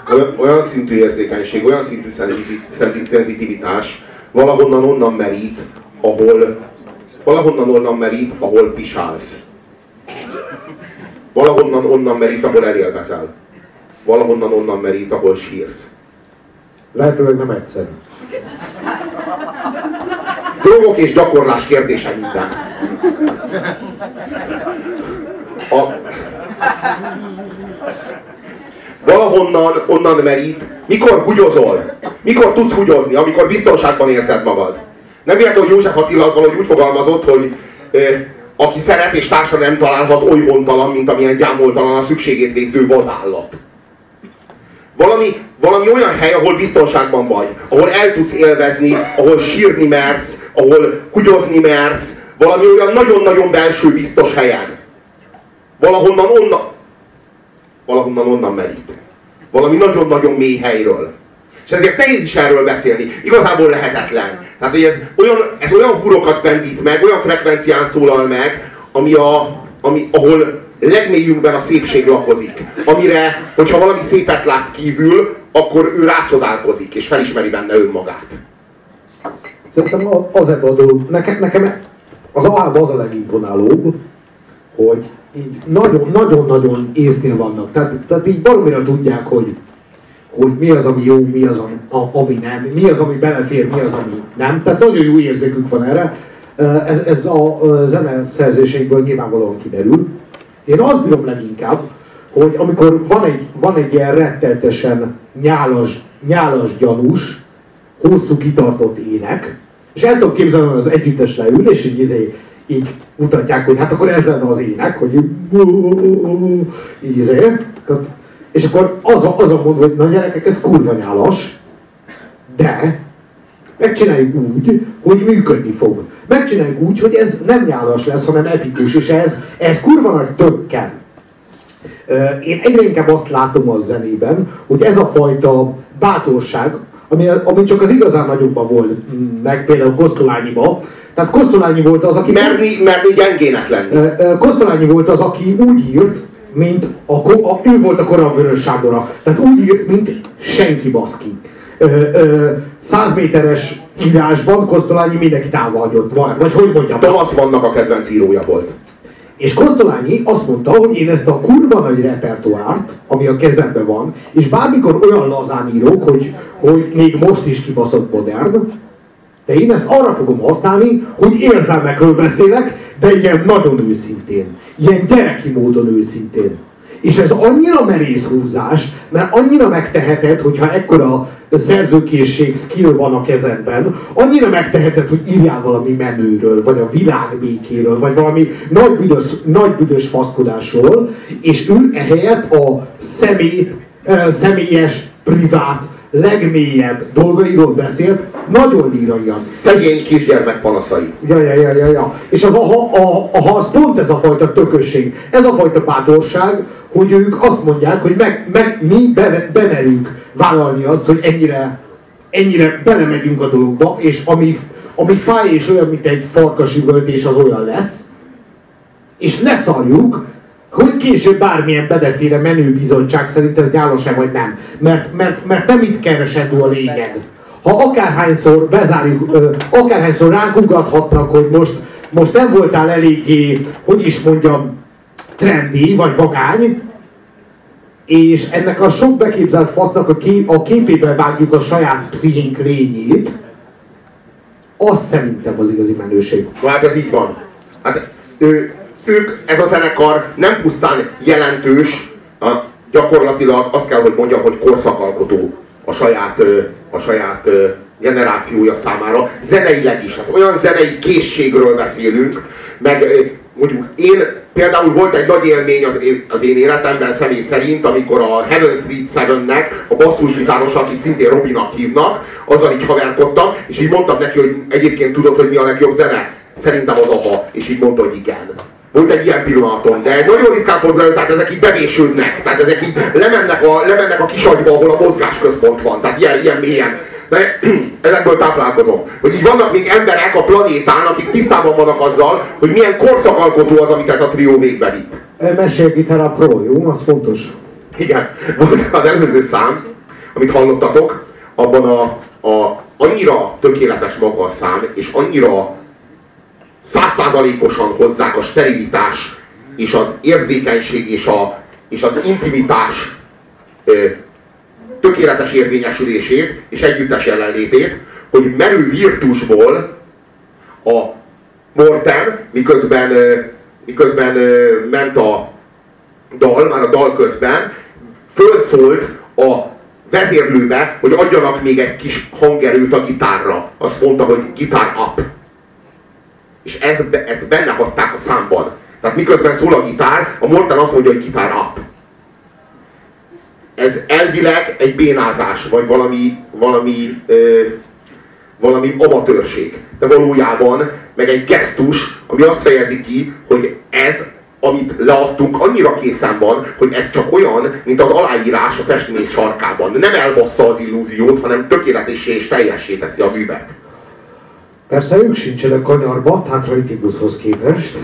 olyan szintű érzékenység, olyan szintű szenzitivitás valahonnan onnan merít, ahol pisálsz. Valahonnan onnan merít, ahol elélvezel. Valahonnan onnan merít, ahol sírsz. Lehetőleg nem egyszerű. Drogok és gyakorlás kérdése minden. Valahonnan onnan merít, mikor húgyozol. Mikor tudsz húgyozni, amikor biztonságban érzed magad. Nem véletlen, hogy József Attila az valahogy úgy fogalmazott, hogy aki szeret és társa nem találhat, oly hontalan, mint amilyen gyámoltalan a szükségét végző vadállat. Valami olyan hely, ahol biztonságban vagy, ahol el tudsz élvezni, ahol sírni mersz, ahol húgyozni mersz, valami olyan nagyon-nagyon belső biztos helyen. Valahonnan onnan merít. Valami nagyon-nagyon mély helyről. És ezért nehéz is erről beszélni. Igazából lehetetlen. Tehát, hogy ez olyan hurokat pendít meg, olyan frekvencián szólal meg, ahol legmélyünkben a szépség lakozik. Amire, hogyha valami szépet látsz kívül, akkor ő rácsodálkozik, és felismeri benne önmagát. Szerintem az a dolog, nekem az A-ban az a legimponálóbb, hogy így nagyon-nagyon észnél vannak. Tehát így baromira tudják, hogy mi az, ami jó, mi az, ami nem, mi az, ami belefér, mi az, ami nem. Tehát nagyon jó érzékük van erre. Ez a zeneszerzéseikből nyilvánvalóan kiderül. Én azt bírom leginkább, hogy amikor van egy ilyen rettenetesen nyálas gyanús, hosszú kitartott ének, és el tudom képzelni, hogy az együttes leül, és így mutatják, hogy hát akkor ez lenne az ének, hogy így és akkor azon mondva, hogy na gyerekek, ez kurva nyálas, de megcsináljuk úgy, hogy működni fog. Megcsináljuk úgy, hogy ez nem nyálas lesz, hanem epikus, és ez kurva nagy tökkel. Én egyre inkább azt látom a zenében, hogy ez a fajta bátorság, ami csak az igazán nagyokban volt, meg például Kosztolányiban. Tehát Kosztolányi volt az, aki... Merni gyengének lenni. Kosztolányi volt az, aki úgy írt, mint ő volt a korai Vörös Sándora. Tehát úgy írt, mint senki baszki. 100 méteres írásban Kosztolányi mindenki távolhagyott. Vagy hogy mondjam? Thomas Mannnak a kedvenc írója volt. És Kosztolányi azt mondta, hogy én ezt a kurva nagy repertoárt, ami a kezemben van, és bármikor olyan lazán írok, hogy még most is kibaszott modern, de én ezt arra fogom használni, hogy érzelmekről beszélek, de ilyen nagyon őszintén. Ilyen gyereki módon őszintén. És ez annyira merész húzás, mert annyira megteheted, hogyha ekkora szerzőkészség, skill van a kezedben, annyira megteheted, hogy írjál valami menőről, vagy a világ békéről, vagy valami nagy büdös faszkodásról, és ő ehelyett a személyes, privát, legmélyebb dolgairól beszélt, nagyon líraian. Szegény kisgyermek panaszai. Ja. És az pont ez a fajta tökösség, ez a fajta bátorság, hogy ők azt mondják, hogy mi bemerünk vállalni azt, hogy ennyire belemegyünk a dologba, és ami fáj és olyan, mint egy farkas üvöltés, az olyan lesz, és leszarjuk, hogy később bármilyen bedeféle menőbizottság szerint ez nyálos-e vagy nem. Mert nem itt keresendő a lényeg. Ha akárhányszor bezárjuk, akárhányszor ránk ugathatnak, hogy most nem voltál eléggé, hogy is mondjam, trendi vagy vagány, és ennek a sok beképzelt fasznak a képébe vágjuk a saját pszichénk lényét, az szerintem az igazi menőség. Hát ez így van. Hát ők, ez a zenekar nem pusztán jelentős, gyakorlatilag azt kell, hogy mondjam, hogy korszakalkotó a saját generációja számára, zeneileg is. Hát olyan zenei készségről beszélünk, meg mondjuk például volt egy nagy élmény az én életemben személy szerint, amikor a Heaven Street 7-nek a basszusgitáros, akit szintén Robinak hívnak, azzal így haverkodtam, és így mondtam neki, hogy egyébként tudod, hogy mi a legjobb zene? Szerintem az AHA, és így mondta, hogy igen. Volt egy ilyen pillanatom, de nagyon ritkán fordul elő, tehát ezek így bevésődnek, tehát ezek így lemennek a kisagyba, ahol a mozgásközpont van, tehát ilyen mélyen. De ezekből táplálkozom. Hogy így vannak még emberek a planétán, akik tisztában vannak azzal, hogy milyen korszakalkotó az, amit ez a trió végbe vitt. Mesél Gitara Pro, jó? Az fontos. Igen, volt az előző szám, amit hallottatok, abban annyira tökéletes maga a szám, és annyira 100%-osan hozzák a sterilitás, és az érzékenység, és az intimitás tökéletes érvényesülését, és együttes jelenlétét, hogy merő virtusból a Morten, miközben ment a dal, már a dal közben, fölszólt a vezérlőbe, hogy adjanak még egy kis hangerőt a gitárra. Azt mondta, hogy guitar up. És ezt benne hagyták a számban. Tehát miközben szól a gitár, a Morten azt mondja, hogy guitar up. Ez elvileg egy bénázás, vagy valami amatőrség. De valójában meg egy gesztus, ami azt fejezi ki, hogy ez, amit leadtunk, annyira készen van, hogy ez csak olyan, mint az aláírás a festmény sarkában. Nem elbassza az illúziót, hanem tökéletessé és teljessé teszi a művet. Persze ők sincsenek kanyarba, Tátrai Tibuszhoz képest.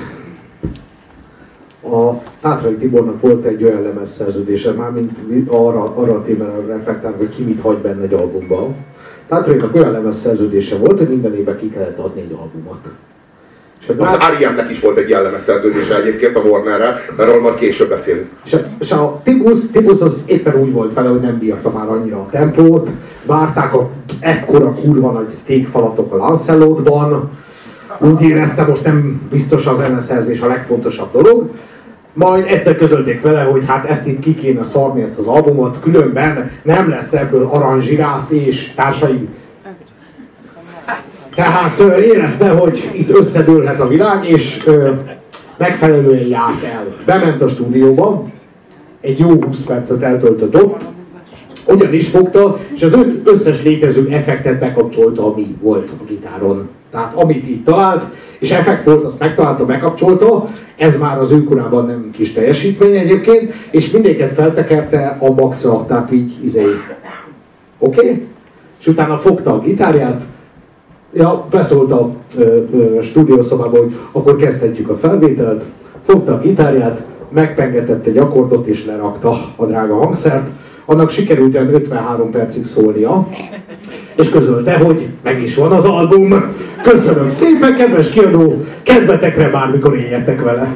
A Tátrai Tibornak volt egy olyan lemezszerződése, mármint arra a témára reflektál, hogy ki mit hagy benne egy albumban. Tátrainak olyan lemezszerződése volt, hogy minden évben ki kellett adni egy albumot. Az R.E.M.-nek is volt egy ilyen lemezszerződése egyébként a Warnerrel, erről majd később beszélünk. És a Tibusz az éppen úgy volt vele, hogy nem bírta már annyira a tempót, várták ekkora kurva nagy steakfalatok a Lancelotban, úgy érezte, most nem biztos a zeneszerzés a legfontosabb dolog, majd egyszer közölték vele, hogy hát ezt itt ki kéne szarni, ezt az albumot, különben nem lesz ebből aranzsiráf és társai. Tehát érezte, hogy itt összedőlhet a világ, és megfelelően járt el. Bement a stúdióba, egy jó 20 percet eltöltött ott, ugyanis fogta, és az összes létező effektet bekapcsolta, ami volt a gitáron. Tehát amit így talált, és effekt volt, azt megtalálta, bekapcsolta, ez már az ő korában nem kis teljesítmény egyébként, és mindéket feltekerte a maxra, tehát így Oké? És utána fogta a gitárját, beszólt a stúdiószobába, hogy akkor kezdhetjük a felvételt, fogta a gitárját, megpengetett egy akkordot és lerakta a drága hangszert, annak sikerült 53 percig szólnia, és közölte, hogy meg is van az album. Köszönöm szépen, kedves kiadó, kedvetekre bármikor éljetek vele.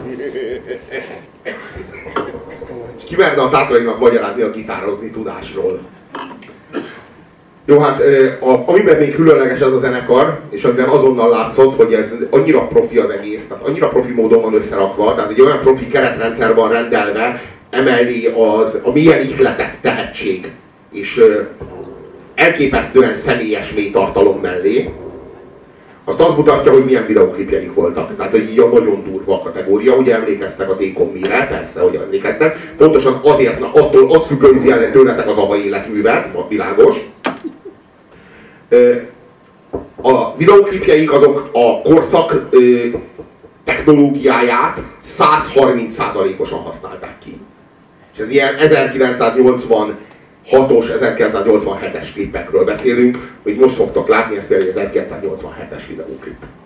És ki merne a Tátrainak magyarázni a gitározni tudásról? Jó, hát amiben még különleges ez a zenekar, és amiben azonnal látszott, hogy ez annyira profi az egész, tehát annyira profi módon van összerakva, tehát egy olyan profi keretrendszer van rendelve, emellé a milyen ihletett tehetség, és elképesztően személyes mély tartalom mellé, azt mutatja, hogy milyen videóklipjeik voltak. Tehát, hogy így a nagyon durva kategória, ugye emlékeztek a Take On Me-re, persze, hogy emlékeztek. Pontosan azért, attól az függőzi el tőletek az ABBA életművet, világos. A videóklipjeik azok a korszak technológiáját 130%-osan használták ki. És ez ilyen 1986-os, 1987-es klipekről beszélünk, hogy most fogtok látni, ez például egy 1987-es videóklip.